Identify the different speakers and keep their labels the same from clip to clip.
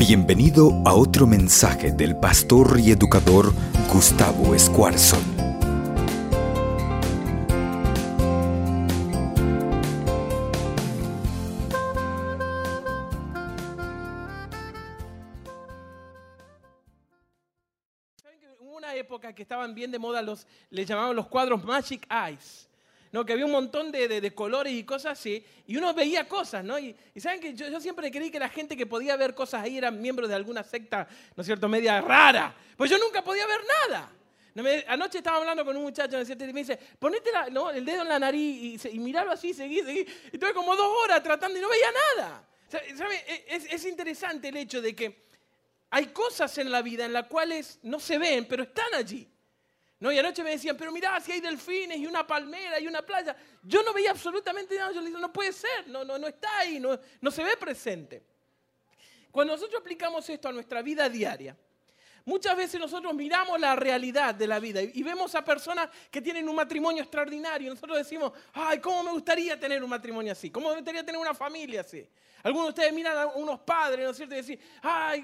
Speaker 1: Bienvenido a otro mensaje del pastor y educador Gustavo Escuarzón.
Speaker 2: ¿Saben que hubo una época que estaban bien de moda les llamaban los cuadros Magic Eyes? ¿No? Que había un montón de colores y cosas así, y uno veía cosas, ¿no? Y saben que yo siempre creí que la gente que podía ver cosas ahí eran miembros de alguna secta, ¿no es cierto?, media rara. Pues yo nunca podía ver nada. Anoche estaba hablando con un muchacho, ¿no es cierto?, y me dice, ponete el dedo en la nariz y miralo así, seguí. Y estuve como 2 horas tratando y no veía nada. ¿Sabe? Es interesante el hecho de que hay cosas en la vida en las cuales no se ven, pero están allí. No, y anoche me decían, pero mirá, si hay delfines y una palmera y una playa. Yo no veía absolutamente nada. Yo le dije, no puede ser, no está ahí, no se ve presente. Cuando nosotros aplicamos esto a nuestra vida diaria, muchas veces nosotros miramos la realidad de la vida y vemos a personas que tienen un matrimonio extraordinario. Y nosotros decimos, ay, ¿cómo me gustaría tener un matrimonio así? ¿Cómo me gustaría tener una familia así? Algunos de ustedes miran a unos padres, ¿no es cierto? Y decir, ay,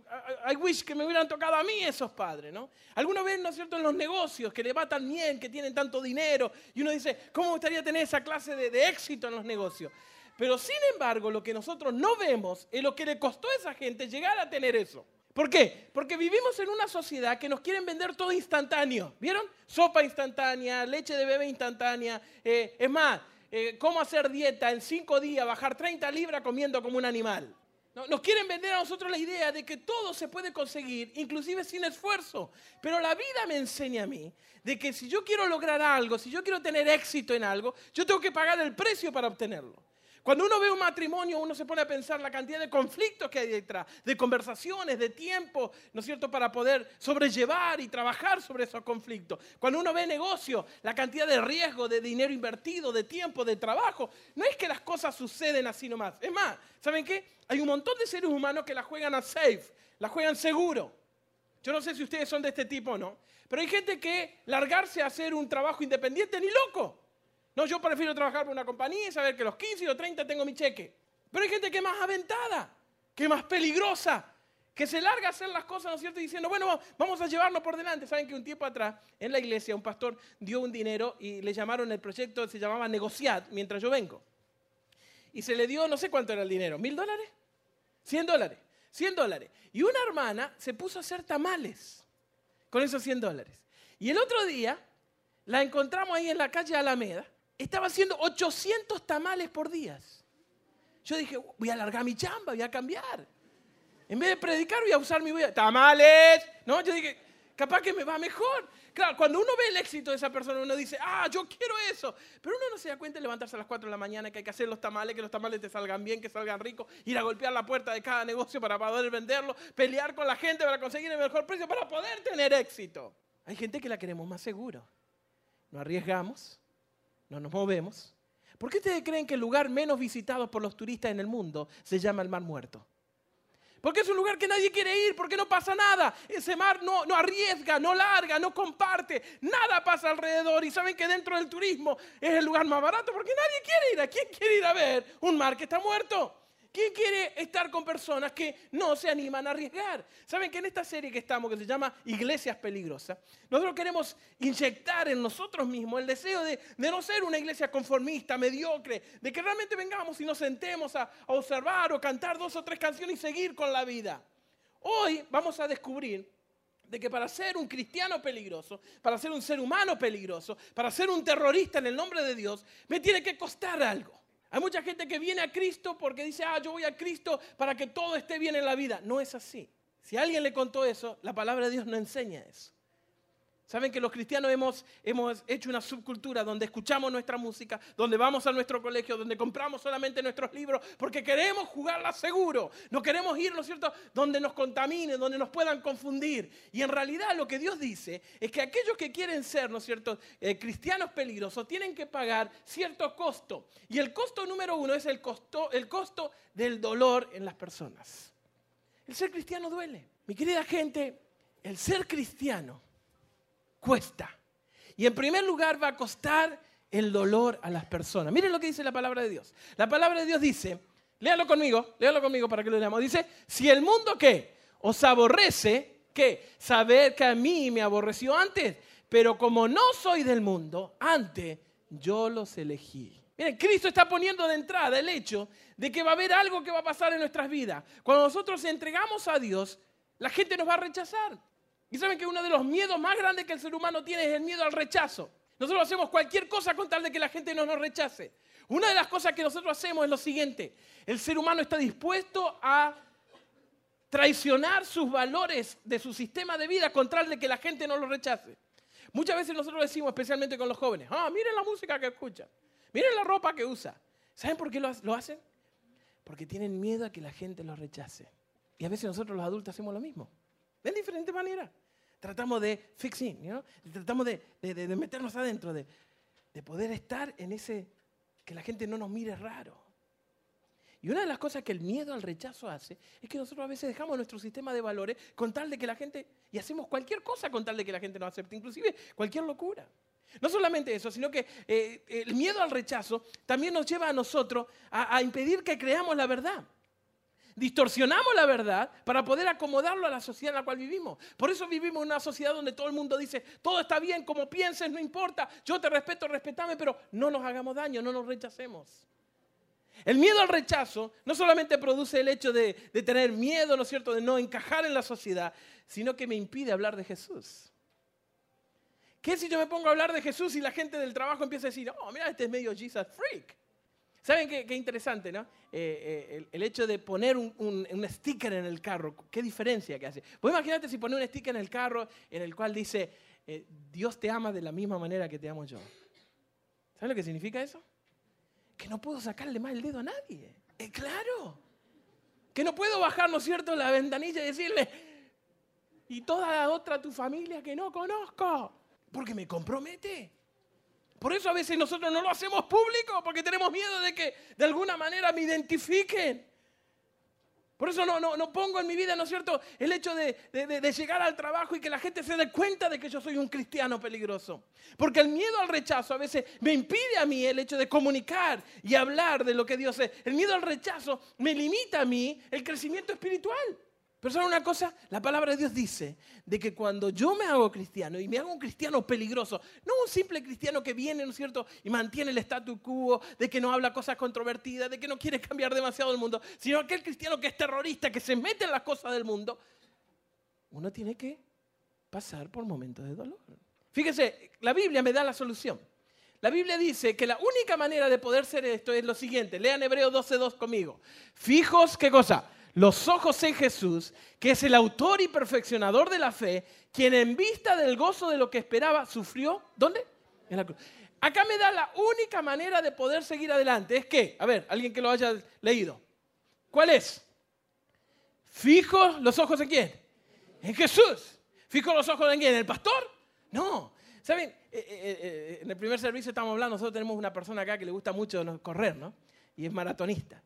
Speaker 2: I wish que me hubieran tocado a mí esos padres, ¿no? Algunos ven, ¿no es cierto?, en los negocios, que le va tan bien, que tienen tanto dinero, y uno dice, ¿cómo me gustaría tener esa clase de éxito en los negocios? Pero sin embargo, lo que nosotros no vemos es lo que le costó a esa gente llegar a tener eso. ¿Por qué? Porque vivimos en una sociedad que nos quieren vender todo instantáneo, ¿vieron? Sopa instantánea, leche de bebé instantánea, es más, cómo hacer dieta en 5 días, bajar 30 libras comiendo como un animal. Nos quieren vender a nosotros la idea de que todo se puede conseguir, inclusive sin esfuerzo. Pero la vida me enseña a mí de que si yo quiero lograr algo, si yo quiero tener éxito en algo, yo tengo que pagar el precio para obtenerlo. Cuando uno ve un matrimonio, uno se pone a pensar la cantidad de conflictos que hay detrás, de conversaciones, de tiempo, ¿no es cierto?, para poder sobrellevar y trabajar sobre esos conflictos. Cuando uno ve negocio, la cantidad de riesgo, de dinero invertido, de tiempo, de trabajo. No es que las cosas suceden así nomás. Es más, ¿saben qué? Hay un montón de seres humanos que la juegan a safe, la juegan seguro. Yo no sé si ustedes son de este tipo o no, pero hay gente que largarse a hacer un trabajo independiente ni loco. No, yo prefiero trabajar por una compañía y saber que a los 15 y los 30 tengo mi cheque. Pero hay gente que es más aventada, que es más peligrosa, que se larga a hacer las cosas, ¿no es cierto? Y diciendo, bueno, vamos a llevarlo por delante. Saben que un tiempo atrás, en la iglesia, un pastor dio un dinero y le llamaron el proyecto, se llamaba Negociar, mientras yo vengo. Y se le dio, no sé cuánto era el dinero, $1,000, $100, $100. Y una hermana se puso a hacer tamales con esos $100. Y el otro día la encontramos ahí en la calle Alameda. Estaba haciendo 800 tamales por día. Yo dije, voy a alargar mi chamba, voy a cambiar. En vez de predicar, voy a usar mi vida. ¡Tamales! No, yo dije, capaz que me va mejor. Claro, cuando uno ve el éxito de esa persona, uno dice, yo quiero eso. Pero uno no se da cuenta de levantarse a las 4 de la mañana, que hay que hacer los tamales, que los tamales te salgan bien, que salgan ricos, ir a golpear la puerta de cada negocio para poder venderlo, pelear con la gente para conseguir el mejor precio, para poder tener éxito. Hay gente que la queremos más seguro. No arriesgamos. No nos movemos. ¿Por qué ustedes creen que el lugar menos visitado por los turistas en el mundo se llama el Mar Muerto? Porque es un lugar que nadie quiere ir, porque no pasa nada. Ese mar no arriesga, no larga, no comparte. Nada pasa alrededor. Y saben que dentro del turismo es el lugar más barato porque nadie quiere ir. ¿A quién quiere ir a ver un mar que está muerto? ¿Quién quiere estar con personas que no se animan a arriesgar? ¿Saben que en esta serie que estamos, que se llama Iglesias Peligrosas, nosotros queremos inyectar en nosotros mismos el deseo de no ser una iglesia conformista, mediocre, de que realmente vengamos y nos sentemos a observar o cantar 2 o 3 canciones y seguir con la vida? Hoy vamos a descubrir de que para ser un cristiano peligroso, para ser un ser humano peligroso, para ser un terrorista en el nombre de Dios, me tiene que costar algo. Hay mucha gente que viene a Cristo porque dice, yo voy a Cristo para que todo esté bien en la vida. No es así. Si alguien le contó eso, la palabra de Dios no enseña eso. Saben que los cristianos hemos hecho una subcultura donde escuchamos nuestra música, donde vamos a nuestro colegio, donde compramos solamente nuestros libros, porque queremos jugarla seguro. No queremos ir, ¿no es cierto?, donde nos contaminen, donde nos puedan confundir. Y en realidad lo que Dios dice es que aquellos que quieren ser, ¿no es cierto?, cristianos peligrosos, tienen que pagar cierto costo. Y el costo número 1 es el costo del dolor en las personas. El ser cristiano duele. Mi querida gente, el ser cristiano cuesta. Y en primer lugar va a costar el dolor a las personas. Miren lo que dice la palabra de Dios. La palabra de Dios dice Léalo conmigo para que lo leamos. Dice, si el mundo, ¿qué? Os aborrece, ¿qué? Saber que a mí me aborreció antes, pero como no soy del mundo, antes yo los elegí. Miren, Cristo está poniendo de entrada el hecho de que va a haber algo que va a pasar en nuestras vidas. Cuando nosotros entregamos a Dios, la gente nos va a rechazar. Y saben que uno de los miedos más grandes que el ser humano tiene es el miedo al rechazo. Nosotros hacemos cualquier cosa con tal de que la gente no nos rechace. Una de las cosas que nosotros hacemos es lo siguiente. El ser humano está dispuesto a traicionar sus valores de su sistema de vida con tal de que la gente no lo rechace. Muchas veces nosotros decimos, especialmente con los jóvenes, miren la música que escuchan, miren la ropa que usa. ¿Saben por qué lo hacen? Porque tienen miedo a que la gente los rechace. Y a veces nosotros los adultos hacemos lo mismo, de diferentes maneras. Tratamos de fixing, ¿no? Tratamos de meternos adentro, de poder estar en ese, que la gente no nos mire raro. Y una de las cosas que el miedo al rechazo hace es que nosotros a veces dejamos nuestro sistema de valores con tal de que la gente, y hacemos cualquier cosa con tal de que la gente nos acepte, inclusive cualquier locura. No solamente eso, sino que el miedo al rechazo también nos lleva a nosotros a impedir que creamos la verdad. Distorsionamos la verdad para poder acomodarlo a la sociedad en la cual vivimos. Por eso vivimos en una sociedad donde todo el mundo dice, todo está bien, como pienses, no importa, yo te respeto, respétame, pero no nos hagamos daño, no nos rechacemos. El miedo al rechazo no solamente produce el hecho de tener miedo, ¿no es cierto?, de no encajar en la sociedad, sino que me impide hablar de Jesús. ¿Qué si yo me pongo a hablar de Jesús y la gente del trabajo empieza a decir, mira, este es medio Jesus freak? ¿Saben qué interesante, no? El hecho de poner un sticker en el carro, ¿qué diferencia que hace? Vos imagínate si pones un sticker en el carro en el cual dice, Dios te ama de la misma manera que te amo yo. ¿Saben lo que significa eso? Que no puedo sacarle más el dedo a nadie. Claro. Que no puedo bajar, ¿no es cierto?, la ventanilla y decirle, y toda la otra tu familia que no conozco, porque me compromete. Por eso a veces nosotros no lo hacemos público, porque tenemos miedo de que de alguna manera me identifiquen. Por eso no pongo en mi vida, ¿no es cierto?, el hecho de llegar al trabajo y que la gente se dé cuenta de que yo soy un cristiano peligroso. Porque el miedo al rechazo a veces me impide a mí el hecho de comunicar y hablar de lo que Dios es. El miedo al rechazo me limita a mí el crecimiento espiritual. Pero ¿saben una cosa? La palabra de Dios dice de que cuando yo me hago cristiano y me hago un cristiano peligroso, no un simple cristiano que viene, ¿no es cierto?, y mantiene el statu quo, de que no habla cosas controvertidas, de que no quiere cambiar demasiado el mundo, sino aquel cristiano que es terrorista, que se mete en las cosas del mundo, uno tiene que pasar por momentos de dolor. Fíjense, la Biblia me da la solución. La Biblia dice que la única manera de poder ser esto es lo siguiente. Lean Hebreos 12:2 conmigo. Fijos, ¿qué cosa? Los ojos en Jesús, que es el autor y perfeccionador de la fe, quien en vista del gozo de lo que esperaba, sufrió, ¿dónde? En la cruz. Acá me da la única manera de poder seguir adelante. ¿Es qué? A ver, alguien que lo haya leído. ¿Cuál es? ¿Fijos los ojos en quién? En Jesús. ¿Fijos los ojos en quién? ¿En el pastor? No. ¿Saben? En el primer servicio estamos hablando, nosotros tenemos una persona acá que le gusta mucho correr, ¿no? Y es maratonista.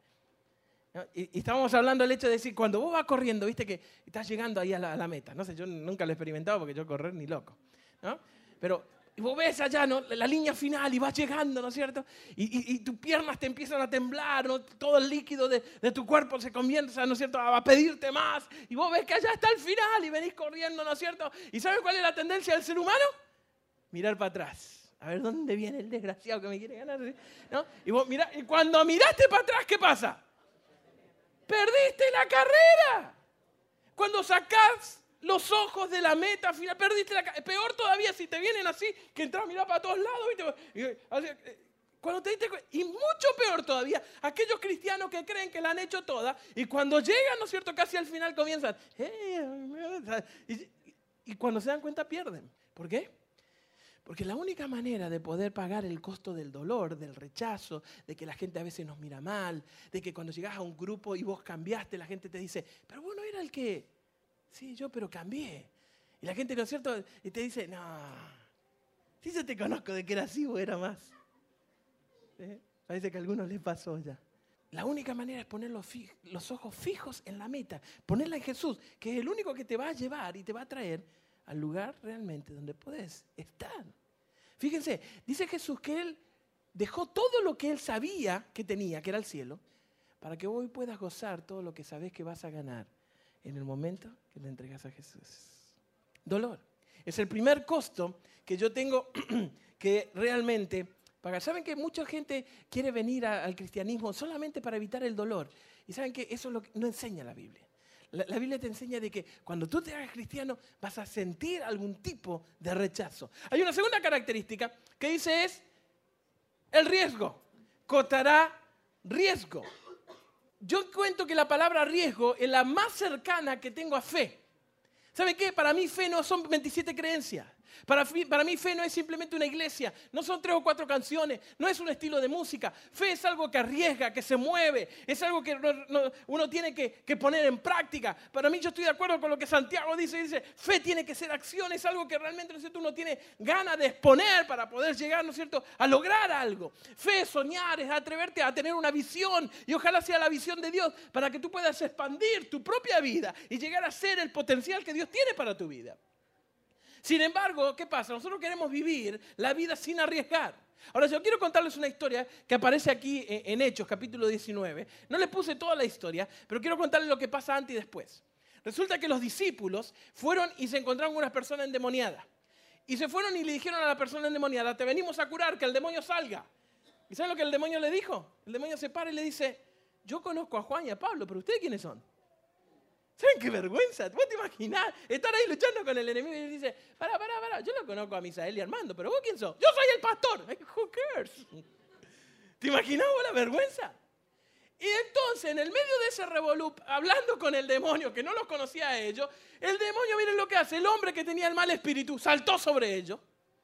Speaker 2: Y estábamos hablando del hecho de decir, cuando vos vas corriendo, viste que estás llegando ahí a la meta. No sé, yo nunca lo he experimentado porque yo correr ni loco, ¿no? Pero vos ves allá, ¿no?, la línea final y vas llegando, ¿no es cierto? Y tus piernas te empiezan a temblar, ¿no? Todo el líquido de tu cuerpo se comienza, ¿no es cierto?, a pedirte más. Y vos ves que allá está el final y venís corriendo, ¿no es cierto? ¿Y sabes cuál es la tendencia del ser humano? Mirar para atrás. A ver dónde viene el desgraciado que me quiere ganar, ¿no? Y vos mirá, y cuando miraste para atrás, ¿qué pasa? Perdiste la carrera. Cuando sacás los ojos de la meta final, perdiste la carrera. Peor todavía si te vienen así, que entras a mirar para todos lados. Cuando te diste, y mucho peor todavía, aquellos cristianos que creen que la han hecho toda, y cuando llegan, ¿no es cierto?, casi al final comienzan. Y cuando se dan cuenta pierden. ¿Por qué? Porque la única manera de poder pagar el costo del dolor, del rechazo, de que la gente a veces nos mira mal, de que cuando llegas a un grupo y vos cambiaste, la gente te dice, pero vos no eras el que... Sí, yo, pero cambié. Y la gente, ¿no es cierto?, y te dice, no, si yo te conozco de que era así o era más. Parece que a algunos les pasó ya. La única manera es poner los ojos fijos en la meta, ponerla en Jesús, que es el único que te va a llevar y te va a traer al lugar realmente donde puedes estar. Fíjense, dice Jesús que Él dejó todo lo que Él sabía que tenía, que era el cielo, para que hoy puedas gozar todo lo que sabes que vas a ganar en el momento que te entregas a Jesús. Dolor. Es el primer costo que yo tengo que realmente pagar. ¿Saben que mucha gente quiere venir al cristianismo solamente para evitar el dolor? Y ¿saben que eso es lo que no enseña la Biblia? La Biblia te enseña de que cuando tú te hagas cristiano vas a sentir algún tipo de rechazo. Hay una segunda característica que dice es el riesgo. Costará riesgo. Yo cuento que la palabra riesgo es la más cercana que tengo a fe. ¿Sabe qué? Para mí fe no son 27 creencias. Para mí fe no es simplemente una iglesia, no son 3 o 4 canciones, no es un estilo de música. Fe es algo que arriesga, que se mueve, es algo que uno tiene que poner en práctica. Para mí yo estoy de acuerdo con lo que Santiago dice, fe tiene que ser acción, es algo que realmente, ¿no es cierto?, uno tiene ganas de exponer para poder llegar, ¿no es cierto?, a lograr algo. Fe es soñar, es atreverte a tener una visión y ojalá sea la visión de Dios para que tú puedas expandir tu propia vida y llegar a ser el potencial que Dios tiene para tu vida. Sin embargo, ¿qué pasa? Nosotros queremos vivir la vida sin arriesgar. Ahora, yo quiero contarles una historia que aparece aquí en Hechos, capítulo 19. No les puse toda la historia, pero quiero contarles lo que pasa antes y después. Resulta que los discípulos fueron y se encontraron con una persona endemoniada. Y se fueron y le dijeron a la persona endemoniada, te venimos a curar, que el demonio salga. ¿Y saben lo que el demonio le dijo? El demonio se para y le dice, yo conozco a Juan y a Pablo, pero ¿ustedes quiénes son? ¿Saben qué vergüenza? ¿Vos te imaginás estar ahí luchando con el enemigo y él dice, para, yo lo conozco a Misael y Armando, pero ¿vos quién sos? Yo soy el pastor. Who cares? ¿Te imaginás vos la vergüenza? Y entonces, en el medio de ese revolú, hablando con el demonio, que no los conocía a ellos, el demonio, miren lo que hace, el hombre que tenía el mal espíritu saltó sobre ellos,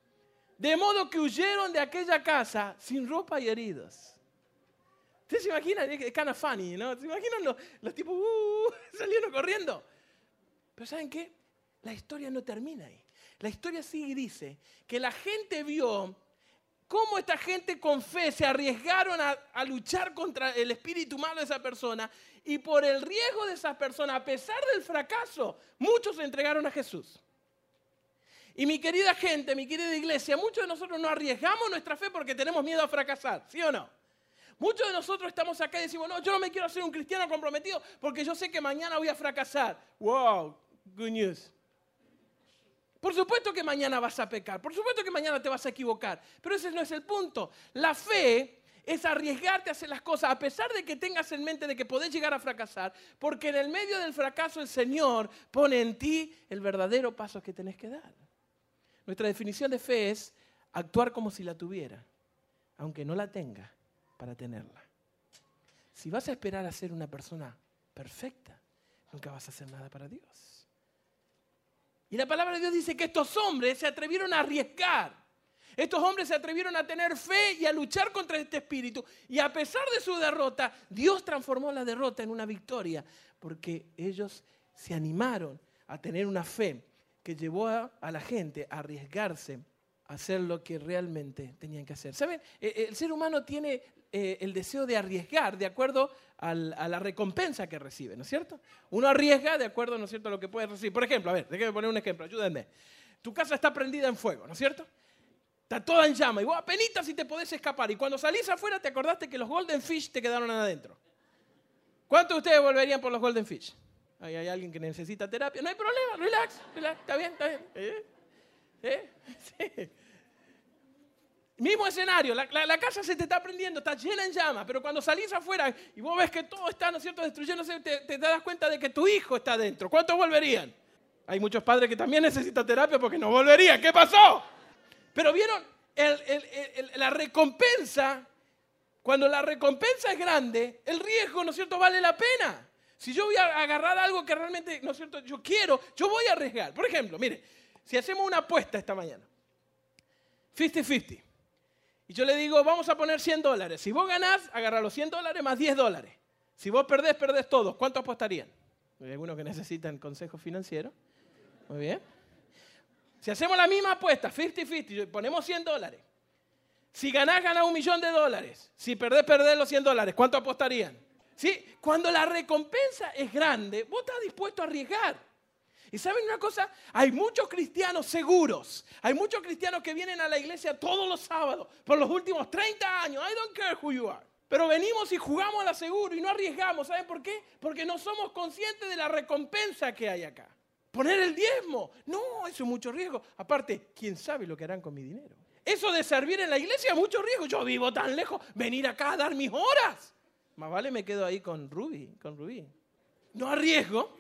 Speaker 2: de modo que huyeron de aquella casa sin ropa y heridos. ¿Ustedes se imaginan? Es kind of funny, ¿no? ¿Se imaginan los tipos salieron corriendo? Pero ¿saben qué? La historia no termina ahí. La historia sigue y dice que la gente vio cómo esta gente con fe se arriesgaron a luchar contra el espíritu malo de esa persona y por el riesgo de esa persona, a pesar del fracaso, muchos se entregaron a Jesús. Y mi querida gente, mi querida iglesia, muchos de nosotros no arriesgamos nuestra fe porque tenemos miedo a fracasar, ¿sí o no? Muchos de nosotros estamos acá y decimos, no, yo no me quiero hacer un cristiano comprometido porque yo sé que mañana voy a fracasar. Wow, good news. Por supuesto que mañana vas a pecar, por supuesto que mañana te vas a equivocar, pero ese no es el punto. La fe es arriesgarte a hacer las cosas a pesar de que tengas en mente de que podés llegar a fracasar, porque en el medio del fracaso el Señor pone en ti el verdadero paso que tenés que dar. Nuestra definición de fe es actuar como si la tuviera, aunque no la tenga, para tenerla. Si vas a esperar a ser una persona perfecta, nunca vas a hacer nada para Dios. Y la palabra de Dios dice que estos hombres se atrevieron a arriesgar. Estos hombres se atrevieron a tener fe y a luchar contra este espíritu. Y a pesar de su derrota, Dios transformó la derrota en una victoria, porque ellos se animaron a tener una fe que llevó a la gente a arriesgarse a hacer lo que realmente tenían que hacer. ¿Saben? El ser humano tiene el deseo de arriesgar de acuerdo a la recompensa que recibe, ¿no es cierto? Uno arriesga de acuerdo, ¿no es cierto?, a lo que puede recibir. Por ejemplo, a ver, déjenme poner un ejemplo, ayúdenme. Tu casa está prendida en fuego, ¿no es cierto? Está toda en llama y vos apenitas si te podés escapar. Y cuando salís afuera te acordaste que los Golden Fish te quedaron adentro. ¿Cuántos de ustedes volverían por los Golden Fish? Ahí hay alguien que necesita terapia. No hay problema, relax, está bien. Sí. Mismo escenario, la casa se te está prendiendo, está llena en llamas, pero cuando salís afuera y vos ves que todo está, ¿no es cierto?, destruyéndose, te das cuenta de que tu hijo está dentro. ¿Cuántos volverían? Hay muchos padres que también necesitan terapia porque no volverían. ¿Qué pasó? Pero vieron, la recompensa, cuando la recompensa es grande, el riesgo, ¿no es cierto?, vale la pena. Si yo voy a agarrar algo que realmente, ¿no es cierto?, yo quiero, yo voy a arriesgar. Por ejemplo, mire, si hacemos una apuesta esta mañana, 50-50, y yo le digo, vamos a poner $100. Si vos ganás, agarra los $100 más $10. Si vos perdés, perdés todos. ¿Cuánto apostarían? Hay algunos que necesitan consejo financiero. Muy bien. Si hacemos la misma apuesta, 50-50, ponemos $100. Si ganás, ganás $1 millón. Si perdés, perdés los $100. ¿Cuánto apostarían? ¿Sí? Cuando la recompensa es grande, vos estás dispuesto a arriesgar. Y ¿saben una cosa? Hay muchos cristianos seguros. Hay muchos cristianos que vienen a la iglesia todos los sábados por los últimos 30 años. I don't care who you are. Pero venimos y jugamos a la seguro y no arriesgamos. ¿Saben por qué? Porque no somos conscientes de la recompensa que hay acá. Poner el diezmo. No, eso es mucho riesgo. Aparte, ¿quién sabe lo que harán con mi dinero? Eso de servir en la iglesia es mucho riesgo. Yo vivo tan lejos. Venir acá a dar mis horas. Más vale me quedo ahí con Rubí. No arriesgo.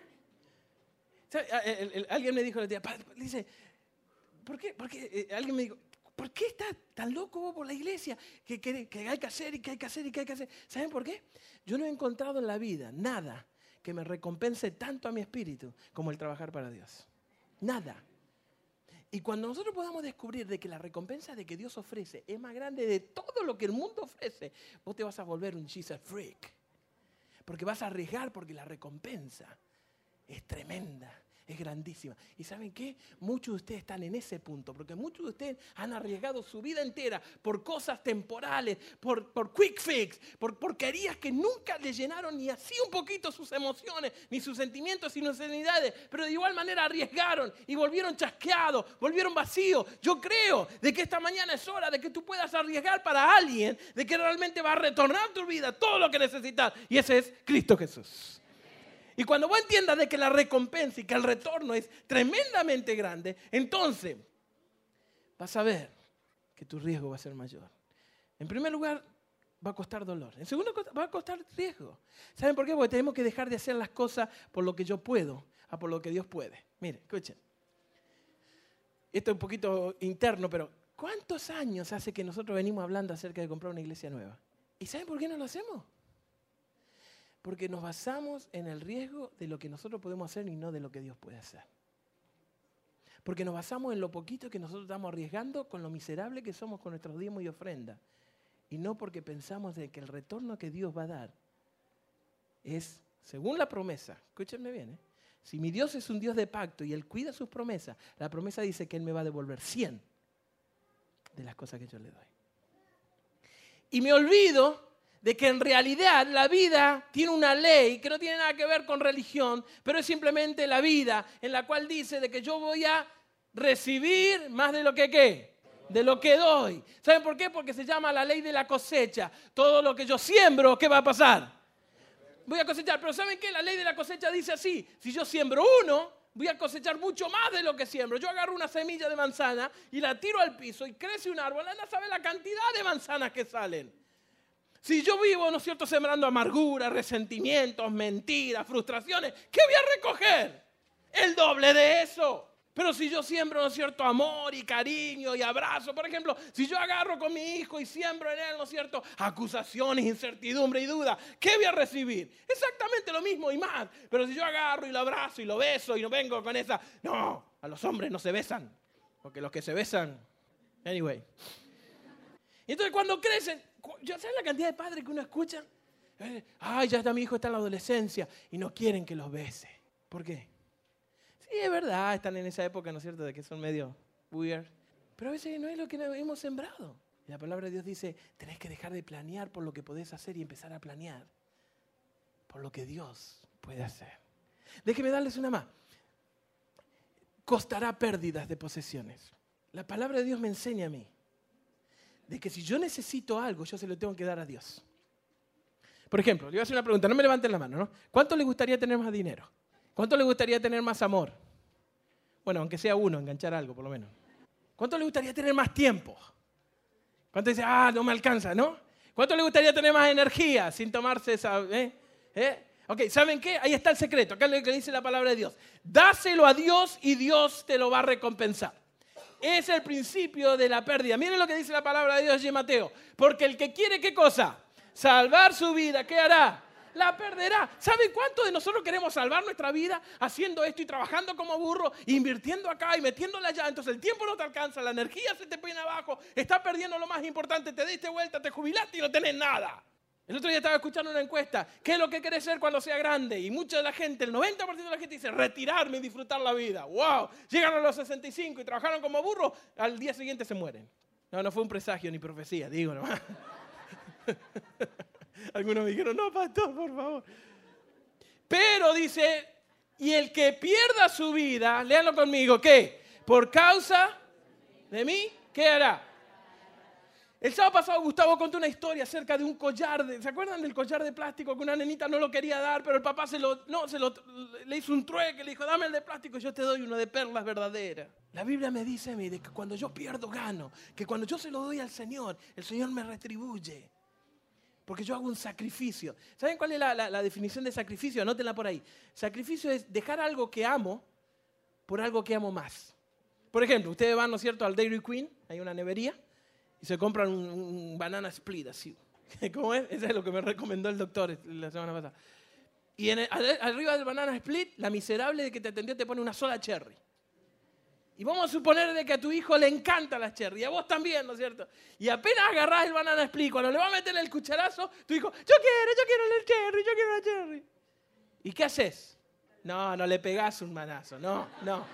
Speaker 2: Alguien me dijo el día, dice, ¿por qué? Porque alguien me dijo, ¿por qué estás tan loco vos por la iglesia? Que hay que hacer y que hay que hacer y que hay que hacer. ¿Saben por qué? Yo no he encontrado en la vida nada que me recompense tanto a mi espíritu como el trabajar para Dios. Nada. Y cuando nosotros podamos descubrir de que la recompensa de que Dios ofrece es más grande de todo lo que el mundo ofrece, vos te vas a volver un Jesus freak. Porque vas a arriesgar porque la recompensa es tremenda. Es grandísima. ¿Y saben qué? Muchos de ustedes están en ese punto, porque muchos de ustedes han arriesgado su vida entera por cosas temporales, por quick fix, por porquerías que nunca le llenaron ni así un poquito sus emociones, ni sus sentimientos y sus necesidades, pero de igual manera arriesgaron y volvieron chasqueados, volvieron vacíos. Yo creo de que esta mañana es hora de que tú puedas arriesgar para alguien, de que realmente va a retornar a tu vida todo lo que necesitas, y ese es Cristo Jesús. Y cuando vos entiendas de que la recompensa y que el retorno es tremendamente grande, entonces vas a ver que tu riesgo va a ser mayor. En primer lugar, va a costar dolor. En segundo, va a costar riesgo. ¿Saben por qué? Porque tenemos que dejar de hacer las cosas por lo que yo puedo, a por lo que Dios puede. Miren, escuchen. Esto es un poquito interno, pero ¿cuántos años hace que nosotros venimos hablando acerca de comprar una iglesia nueva? ¿Y saben por qué no lo hacemos? Porque nos basamos en el riesgo de lo que nosotros podemos hacer y no de lo que Dios puede hacer. Porque nos basamos en lo poquito que nosotros estamos arriesgando con lo miserable que somos con nuestros diezmos y ofrendas. Y no porque pensamos de que el retorno que Dios va a dar es, según la promesa, escúchenme bien, si mi Dios es un Dios de pacto y Él cuida sus promesas, la promesa dice que Él me va a devolver 100 de las cosas que yo le doy. Y me olvido de que en realidad la vida tiene una ley que no tiene nada que ver con religión, pero es simplemente la vida en la cual dice de que yo voy a recibir más de lo que ¿qué? De lo que doy. ¿Saben por qué? Porque se llama la ley de la cosecha. Todo lo que yo siembro, ¿qué va a pasar? Voy a cosechar. Pero ¿saben qué? La ley de la cosecha dice así. Si yo siembro uno, voy a cosechar mucho más de lo que siembro. Yo agarro una semilla de manzana y la tiro al piso y crece un árbol. No sabe la cantidad de manzanas que salen. Si yo vivo, ¿no es cierto?, sembrando amargura, resentimientos, mentiras, frustraciones, ¿qué voy a recoger? El doble de eso. Pero si yo siembro, ¿no es cierto?, amor y cariño y abrazo, por ejemplo, si yo agarro con mi hijo y siembro en él, ¿no es cierto?, acusaciones, incertidumbre y duda, ¿qué voy a recibir? Exactamente lo mismo y más. Pero si yo agarro y lo abrazo y lo beso y no vengo con esa, no, a los hombres no se besan, porque los que se besan, anyway. Entonces cuando crecen, ¿saben la cantidad de padres que uno escucha? Ay, ya está mi hijo está en la adolescencia y no quieren que los bese. ¿Por qué? Sí, es verdad, están en esa época, ¿no es cierto?, de que son medio weird. Pero a veces no es lo que hemos sembrado. Y la palabra de Dios dice, tenés que dejar de planear por lo que podés hacer y empezar a planear por lo que Dios puede hacer. Déjenme darles una más. Costará pérdidas de posesiones. La palabra de Dios me enseña a mí de que si yo necesito algo, yo se lo tengo que dar a Dios. Por ejemplo, le voy a hacer una pregunta, no me levanten la mano, ¿no? ¿Cuánto le gustaría tener más dinero? ¿Cuánto le gustaría tener más amor? Bueno, aunque sea uno, enganchar algo por lo menos. ¿Cuánto le gustaría tener más tiempo? ¿Cuánto dice, no me alcanza, no? ¿Cuánto le gustaría tener más energía sin tomarse esa... Ok, ¿saben qué? Ahí está el secreto, acá es lo que dice la palabra de Dios. Dáselo a Dios y Dios te lo va a recompensar. Es el principio de la pérdida. Miren lo que dice la palabra de Dios en Mateo. Porque el que quiere, ¿qué cosa? Salvar su vida, ¿qué hará? La perderá. ¿Saben cuánto de nosotros queremos salvar nuestra vida haciendo esto y trabajando como burro, invirtiendo acá y metiéndola allá? Entonces el tiempo no te alcanza, la energía se te pone abajo, estás perdiendo lo más importante, te diste vuelta, te jubilaste y no tenés nada. El otro día estaba escuchando una encuesta. ¿Qué es lo que querés ser cuando sea grande? Y mucha de la gente, el 90% de la gente dice retirarme y disfrutar la vida. ¡Wow! Llegan a los 65 y trabajaron como burros, al día siguiente se mueren. No fue un presagio ni profecía, digo nomás. Algunos me dijeron, no, pastor, por favor. Pero dice, y el que pierda su vida, léanlo conmigo, ¿qué? Por causa de mí, ¿qué hará? El sábado pasado Gustavo contó una historia acerca de un collar, ¿se acuerdan del collar de plástico que una nenita no lo quería dar, pero el papá le hizo un trueque, le dijo, dame el de plástico y yo te doy uno de perlas verdaderas? La Biblia me dice a mí de que cuando yo pierdo, gano, que cuando yo se lo doy al Señor, el Señor me retribuye. Porque yo hago un sacrificio. ¿Saben cuál es la definición de sacrificio? Anótenla por ahí. Sacrificio es dejar algo que amo por algo que amo más. Por ejemplo, ustedes van, ¿no es cierto?, al Dairy Queen, hay una nevería, y se compran un banana split así. ¿Cómo es? Eso es lo que me recomendó el doctor la semana pasada. Y arriba del banana split, la miserable de que te atendió te pone una sola cherry. Y vamos a suponer de que a tu hijo le encantan las cherry, y a vos también, ¿no es cierto? Y apenas agarrás el banana split, cuando le vas a meter el cucharazo, tu hijo, yo quiero la cherry, yo quiero la cherry. ¿Y qué haces? No le pegás un manazo, no.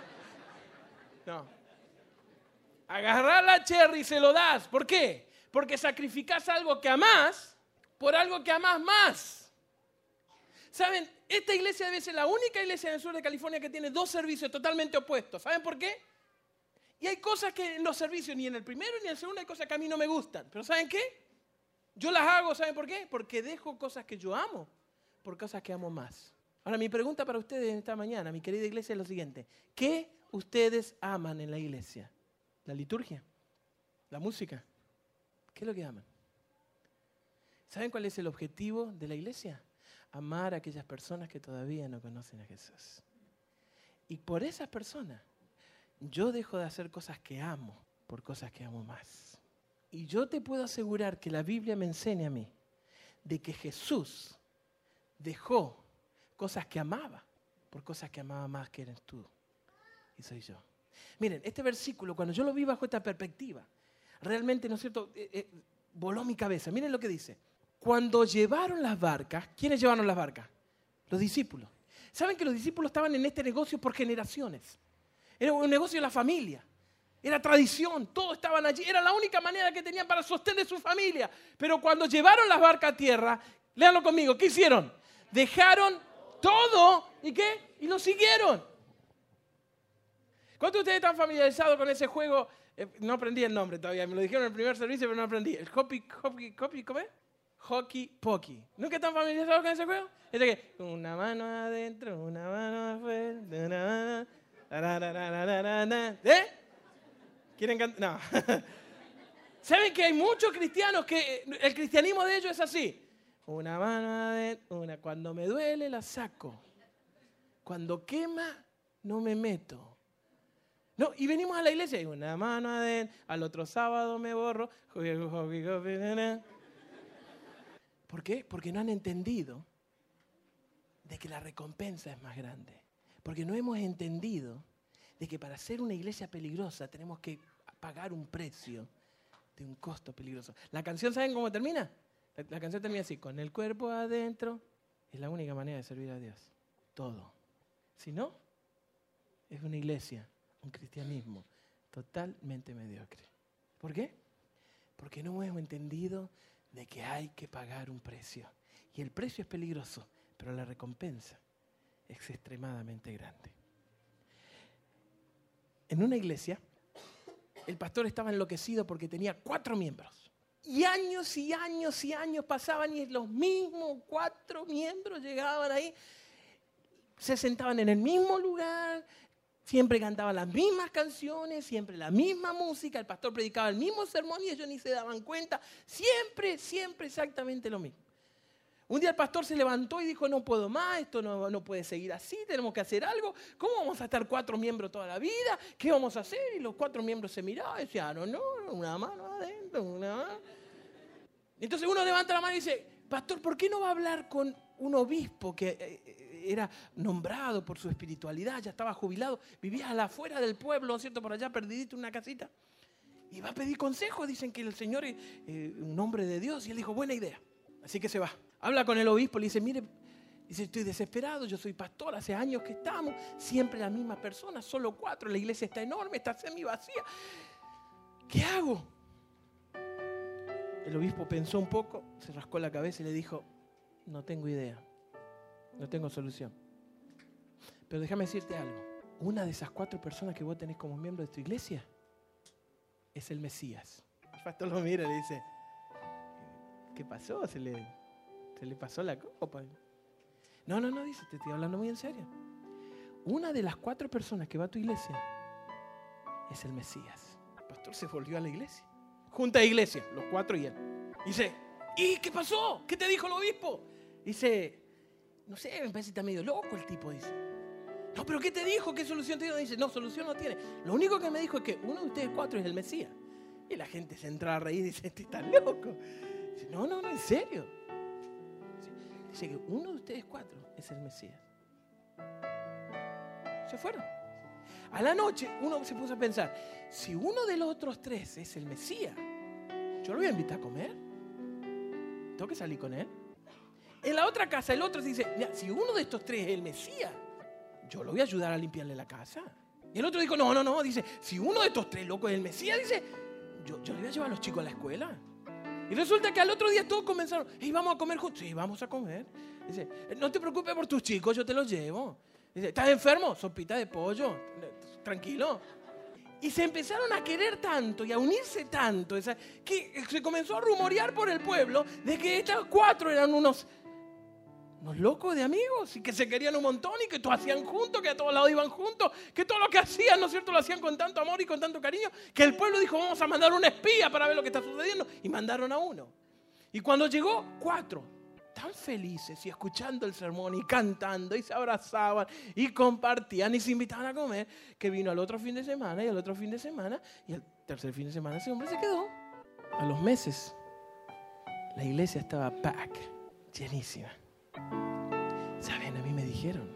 Speaker 2: Agarrás la cherry y se lo das. ¿Por qué? Porque sacrificás algo que amás por algo que amás más. ¿Saben? Esta iglesia debe ser la única iglesia en el sur de California que tiene dos servicios totalmente opuestos. ¿Saben por qué? Y hay cosas que en los servicios, ni en el primero ni en el segundo, hay cosas que a mí no me gustan. Pero ¿saben qué? Yo las hago, ¿saben por qué? Porque dejo cosas que yo amo por cosas que amo más. Ahora, mi pregunta para ustedes esta mañana, mi querida iglesia, es lo siguiente. ¿Qué ustedes aman en la iglesia? ¿La liturgia? ¿La música? ¿Qué es lo que aman? ¿Saben cuál es el objetivo de la iglesia? Amar a aquellas personas que todavía no conocen a Jesús. Y por esas personas, yo dejo de hacer cosas que amo por cosas que amo más. Y yo te puedo asegurar que la Biblia me enseña a mí de que Jesús dejó cosas que amaba por cosas que amaba más, que eres tú y soy yo. Miren, este versículo, cuando yo lo vi bajo esta perspectiva, realmente, ¿no es cierto?, voló mi cabeza. Miren lo que dice. Cuando llevaron las barcas, ¿quiénes llevaron las barcas? Los discípulos. ¿Saben que los discípulos estaban en este negocio por generaciones? Era un negocio de la familia. Era tradición, todos estaban allí. Era la única manera que tenían para sostener su familia. Pero cuando llevaron las barcas a tierra, léanlo conmigo, ¿qué hicieron? Dejaron todo, ¿y qué? Y lo siguieron. ¿Cuántos de ustedes están familiarizados con ese juego? No aprendí el nombre todavía, me lo dijeron en el primer servicio, pero no aprendí. El ¿cómo es? Hockey Pokey. ¿Nunca están familiarizados con ese juego? Es de que una mano adentro, una mano afuera, una mano... ¿Eh? ¿Quieren cantar? No. ¿Saben que hay muchos cristianos que el cristianismo de ellos es así? Una mano adentro, cuando me duele la saco. Cuando quema, no me meto. No, y venimos a la iglesia y una mano adentro, al otro sábado me borro. ¿Por qué? Porque no han entendido de que la recompensa es más grande. Porque no hemos entendido de que para ser una iglesia peligrosa tenemos que pagar un precio de un costo peligroso. La canción, ¿saben cómo termina? La canción termina así, con el cuerpo adentro. Es la única manera de servir a Dios. Todo. Si no, es una iglesia, un cristianismo totalmente mediocre. ¿Por qué? Porque no hemos entendido de que hay que pagar un precio. Y el precio es peligroso, pero la recompensa es extremadamente grande. En una iglesia, el pastor estaba enloquecido porque tenía 4 miembros. Y años y años y años pasaban y los mismos 4 miembros llegaban ahí, se sentaban en el mismo lugar, siempre cantaban las mismas canciones, siempre la misma música, el pastor predicaba el mismo sermón y ellos ni se daban cuenta, siempre exactamente lo mismo. Un día el pastor se levantó y dijo, no puedo más, esto no puede seguir así, tenemos que hacer algo. ¿Cómo vamos a estar 4 miembros toda la vida? ¿Qué vamos a hacer? Y los 4 miembros se miraban y decían, no, una mano adentro, una mano. Entonces uno levanta la mano y dice, pastor, ¿por qué no va a hablar con un obispo que era nombrado por su espiritualidad, ya estaba jubilado, vivía a la afuera del pueblo, ¿no es cierto?, por allá perdidito en una casita? Y va a pedir consejo, dicen que el Señor es un hombre de Dios. Y él dijo, buena idea. Así que se va. Habla con el obispo, le dice, mire, dice, estoy desesperado, yo soy pastor, hace años que estamos, siempre la misma persona, solo 4, la iglesia está enorme, está semi vacía. ¿Qué hago? El obispo pensó un poco, se rascó la cabeza y le dijo, no tengo idea, no tengo solución. Pero déjame decirte algo, una de esas 4 personas que vos tenés como miembro de tu iglesia es el Mesías. El pastor lo mira y le dice, ¿qué pasó? Se le pasó la copa. No, dice, te estoy hablando muy en serio. Una de las 4 personas que va a tu iglesia es el Mesías. El pastor se volvió a la iglesia. Junta de iglesia, los 4 y él. Dice, ¿y qué pasó? ¿Qué te dijo el obispo? Dice, no sé, me parece que está medio loco el tipo, dice. No, pero ¿qué te dijo? ¿Qué solución te dio? Dice, no, solución no tiene. Lo único que me dijo es que uno de ustedes 4 es el Mesías. Y la gente se entra a reír y dice, este está loco. Dice, no, en serio. Dice que uno de ustedes 4 es el Mesías. Se fueron. A la noche uno se puso a pensar, si uno de los otros 3 es el Mesías, yo lo voy a invitar a comer. Tengo que salir con él. En la otra casa el otro se dice, mira, si uno de estos 3 es el Mesías, yo lo voy a ayudar a limpiarle la casa. Y el otro dijo, no, dice, si uno de estos 3 locos es el Mesías, dice, yo le voy a llevar a los chicos a la escuela. Y resulta que al otro día todos comenzaron, hey, vamos a comer juntos. Sí, vamos a comer. Dice, no te preocupes por tus chicos, yo te los llevo. Dice, ¿estás enfermo? Sopita de pollo. Tranquilo. Y se empezaron a querer tanto y a unirse tanto, que se comenzó a rumorear por el pueblo de que estos 4 eran unos locos de amigos y que se querían un montón y que todo hacían juntos, que a todos lados iban juntos, que todo lo que hacían, ¿no es cierto?, lo hacían con tanto amor y con tanto cariño, que el pueblo dijo, vamos a mandar un espía para ver lo que está sucediendo. Y mandaron a uno. Y cuando llegó, 4, tan felices y escuchando el sermón y cantando y se abrazaban y compartían y se invitaban a comer, que vino al otro fin de semana y al otro fin de semana y al tercer fin de semana ese hombre se quedó. A los meses, la iglesia estaba llenísima. ¿Saben? A mí me dijeron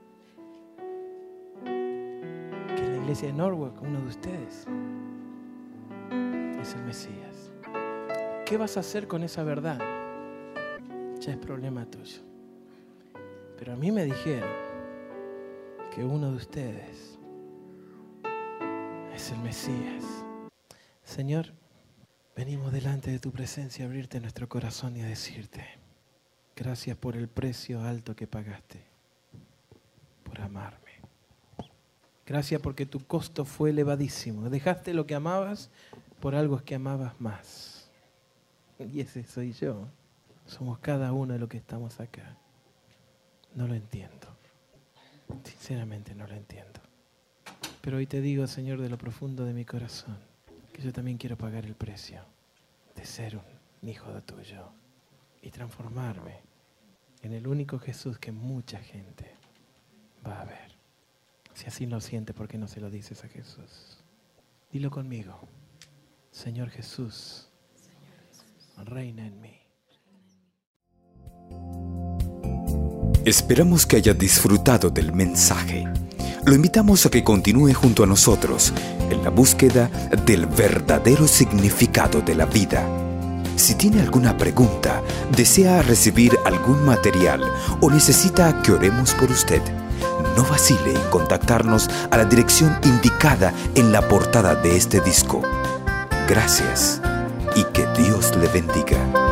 Speaker 2: que en la iglesia de Norwalk uno de ustedes es el Mesías. ¿Qué vas a hacer con esa verdad? Ya es problema tuyo. Pero a mí me dijeron que uno de ustedes es el Mesías. Señor, venimos delante de tu presencia a abrirte nuestro corazón y a decirte gracias por el precio alto que pagaste por amarme. Gracias porque tu costo fue elevadísimo. Dejaste lo que amabas por algo que amabas más. Y ese soy yo. Somos cada uno de los que estamos acá. No lo entiendo. Sinceramente no lo entiendo. Pero hoy te digo, Señor, de lo profundo de mi corazón, que yo también quiero pagar el precio de ser un hijo de tuyo y transformarme en el único Jesús que mucha gente va a ver. Si así lo sientes, ¿por qué no se lo dices a Jesús? Dilo conmigo. Señor Jesús, reina en mí.
Speaker 1: Esperamos que haya disfrutado del mensaje. Lo invitamos a que continúe junto a nosotros en la búsqueda del verdadero significado de la vida. Si tiene alguna pregunta, desea recibir algún material o necesita que oremos por usted, no vacile en contactarnos a la dirección indicada en la portada de este disco. Gracias y que Dios le bendiga.